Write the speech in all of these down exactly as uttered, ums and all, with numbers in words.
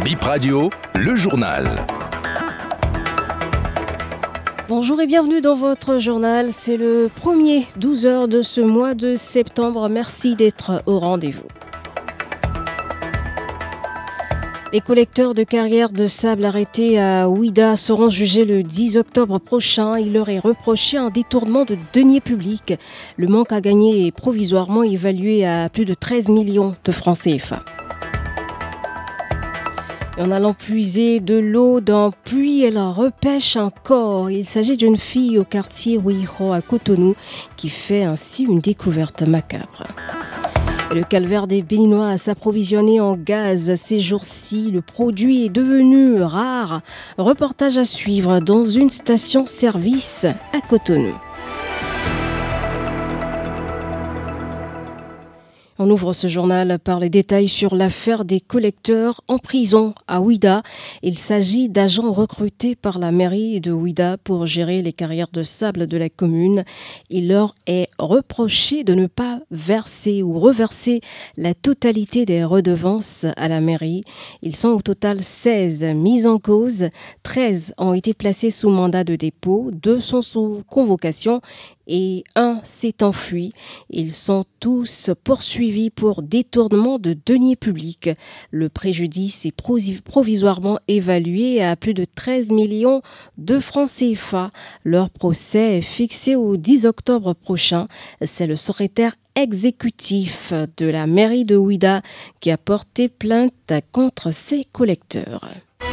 Bip Radio, le journal. Bonjour et bienvenue dans votre journal. C'est le premier douze heures de ce mois de septembre. Merci d'être au rendez-vous. Les collecteurs de carrières de sable arrêtés à Ouidah seront jugés le dix octobre prochain. Il leur est reproché un détournement de deniers publics. Le manque à gagner est provisoirement évalué à plus de treize millions de francs C F A. En allant puiser de l'eau d'un puits, elle repêche un corps. Il s'agit d'une fille au quartier Wiho à Cotonou qui fait ainsi une découverte macabre. Et le calvaire des Béninois à s'approvisionner en gaz ces jours-ci. Le produit est devenu rare. Reportage à suivre dans une station-service à Cotonou. On ouvre ce journal par les détails sur l'affaire des collecteurs en prison à Ouidah. Il s'agit d'agents recrutés par la mairie de Ouidah pour gérer les carrières de sable de la commune. Il leur est reproché de ne pas verser ou reverser la totalité des redevances à la mairie. Ils sont au total seize mis en cause. treize ont été placés sous mandat de dépôt, deux sont sous convocation et un s'est enfui. Ils sont tous poursuivis pour détournement de deniers publics. Le préjudice est provisoirement évalué à plus de treize millions de francs C F A. Leur procès est fixé au dix octobre prochain. C'est le secrétaire exécutif de la mairie de Ouidah qui a porté plainte contre ces collecteurs.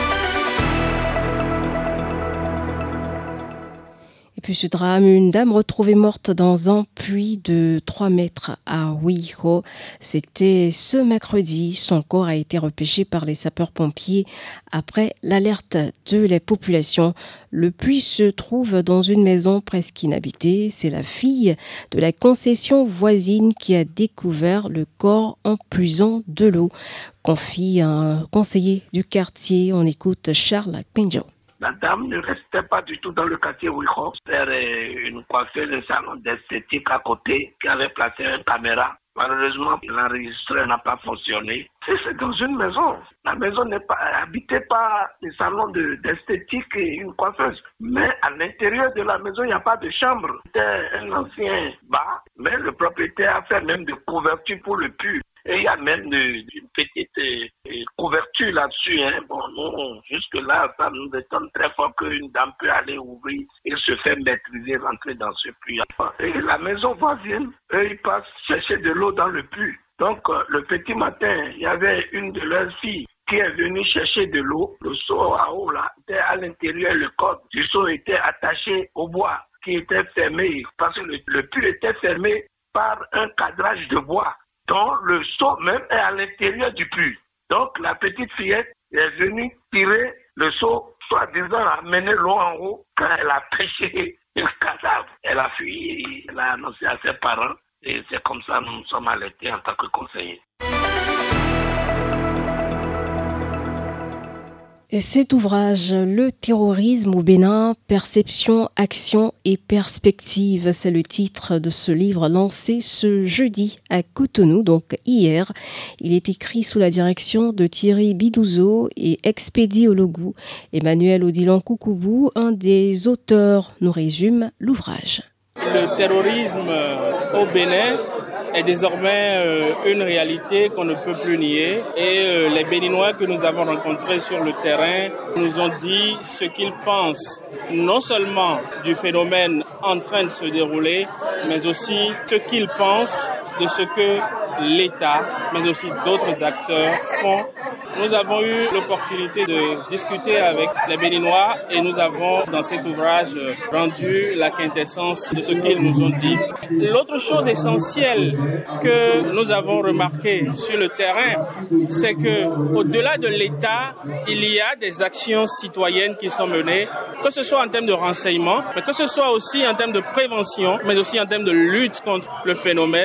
Et puis ce drame, une dame retrouvée morte dans un puits de trois mètres à Wiho. C'était ce mercredi. Son corps a été repêché par les sapeurs-pompiers après l'alerte de la population. Le puits se trouve dans une maison presque inhabitée. C'est la fille de la concession voisine qui a découvert le corps en puisant de l'eau. Confie un conseiller du quartier. On écoute Charles Pinjo. La dame ne restait pas du tout dans le quartier Wiho. C'était une coiffeuse, un salon d'esthétique à côté qui avait placé une caméra. Malheureusement, l'enregistreur n'a pas fonctionné. Et c'est dans une maison. La maison n'est pas habitée par des salons de, d'esthétique et une coiffeuse. Mais à l'intérieur de la maison, il n'y a pas de chambre. C'était un ancien bar, mais le propriétaire a fait même des couvertures pour le puits. Et il y a même une, une petite euh, couverture là-dessus. Hein. Bon, non, jusque-là, ça nous étonne très fort qu'une dame peut aller ouvrir et se faire maîtriser, rentrer dans ce puits. Et la maison voisine, eux, ils passent chercher de l'eau dans le puits. Donc, euh, le petit matin, il y avait une de leurs filles qui est venue chercher de l'eau. Le seau à eau, là, était à l'intérieur, le code du seau était attaché au bois qui était fermé parce que le, le puits était fermé par un cadrage de bois. Donc, le seau même est à l'intérieur du puits. Donc, la petite fillette est venue tirer le seau, soi-disant amener l'eau en haut. Quand elle a pêché le cadavre, elle a fui, elle a annoncé à ses parents. Et c'est comme ça que nous sommes alertés en tant que conseillers. Et cet ouvrage, Le terrorisme au Bénin, perception, action et perspective, c'est le titre de ce livre lancé ce jeudi à Cotonou, donc hier. Il est écrit sous la direction de Thierry Bidouzo et expédié au Logou. Emmanuel Odilon Koukoubou, un des auteurs, nous résume l'ouvrage. Le terrorisme au Bénin est désormais euh, une réalité qu'on ne peut plus nier. Et euh, les Béninois que nous avons rencontrés sur le terrain nous ont dit ce qu'ils pensent, non seulement du phénomène en train de se dérouler, mais aussi ce qu'ils pensent de ce que l'État, mais aussi d'autres acteurs font. Nous avons eu l'opportunité de discuter avec les Béninois et nous avons, dans cet ouvrage, rendu la quintessence de ce qu'ils nous ont dit. L'autre chose essentielle que nous avons remarqué sur le terrain, c'est que au-delà de l'État, il y a des actions citoyennes qui sont menées, que ce soit en termes de renseignement, mais que ce soit aussi en termes de prévention, mais aussi en termes de lutte contre le phénomène.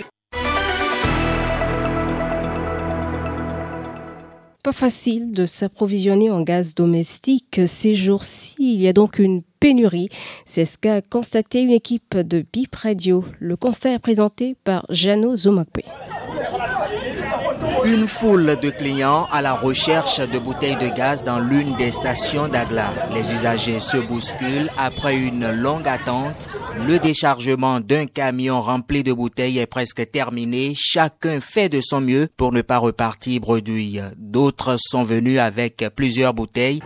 Pas facile de s'approvisionner en gaz domestique ces jours-ci. Il y a donc une pénurie. C'est ce qu'a constaté une équipe de Bip Radio. Le constat est présenté par Jeannot Zomakwe. Une foule de clients à la recherche de bouteilles de gaz dans l'une des stations d'Agla. Les usagers se bousculent après une longue attente. Le déchargement d'un camion rempli de bouteilles est presque terminé. Chacun fait de son mieux pour ne pas repartir bredouille. D'autres sont venus avec plusieurs bouteilles.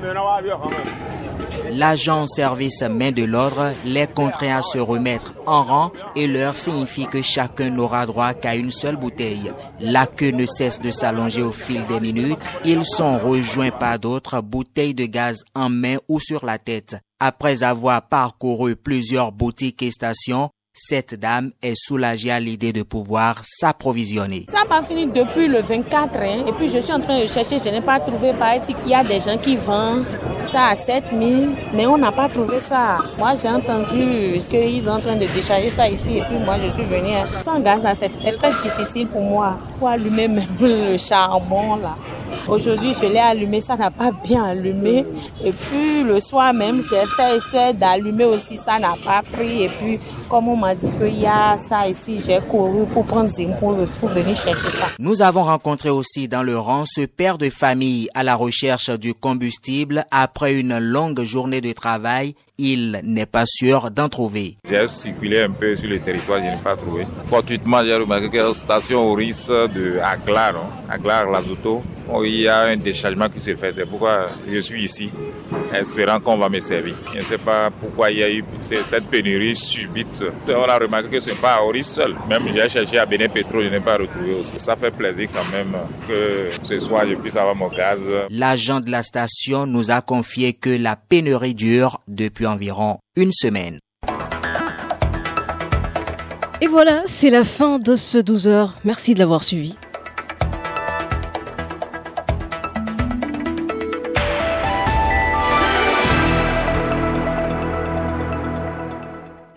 L'agent service main de l'ordre les contraint à se remettre en rang et leur signifie que chacun n'aura droit qu'à une seule bouteille. La queue ne cesse de s'allonger au fil des minutes. Ils sont rejoints par d'autres, bouteilles de gaz en main ou sur la tête. Après avoir parcouru plusieurs boutiques et stations, cette dame est soulagée à l'idée de pouvoir s'approvisionner. Ça m'a fini depuis le vingt-quatre hein, et puis je suis en train de chercher, je n'ai pas trouvé. Paraît qu'il y a des gens qui vendent ça à sept mille, mais on n'a pas trouvé ça. Moi j'ai entendu qu'ils sont en train de décharger ça ici et puis moi je suis venue. Sans gaz, c'est, c'est très difficile pour moi pour allumer même le charbon là. Aujourd'hui je l'ai allumé, ça n'a pas bien allumé et puis le soir même j'ai fait essai d'allumer aussi, ça n'a pas pris et puis comme on m'a dit qu'il y a ça ici, j'ai couru pour prendre Zimpo pour venir chercher ça. Nous avons rencontré aussi dans le rang ce père de famille à la recherche du combustible. Après une longue journée de travail, il n'est pas sûr d'en trouver. J'ai circulé un peu sur le territoire, je n'ai pas trouvé. Fortuitement, j'ai remarqué que la station Oris de Aglar, Aglar Lazuto, il y a un déchargement qui se fait. C'est pourquoi je suis ici, espérant qu'on va me servir. Je ne sais pas pourquoi il y a eu cette pénurie subite. On a remarqué que ce n'est pas à Oris seul. Même j'ai cherché à Bénin Pétro, je n'ai pas retrouvé aussi. Ça fait plaisir quand même que ce soir je puisse avoir mon gaz. L'agent de la station nous a confié que la pénurie dure depuis environ une semaine. Et voilà, c'est la fin de ce douze heures. Merci de l'avoir suivi.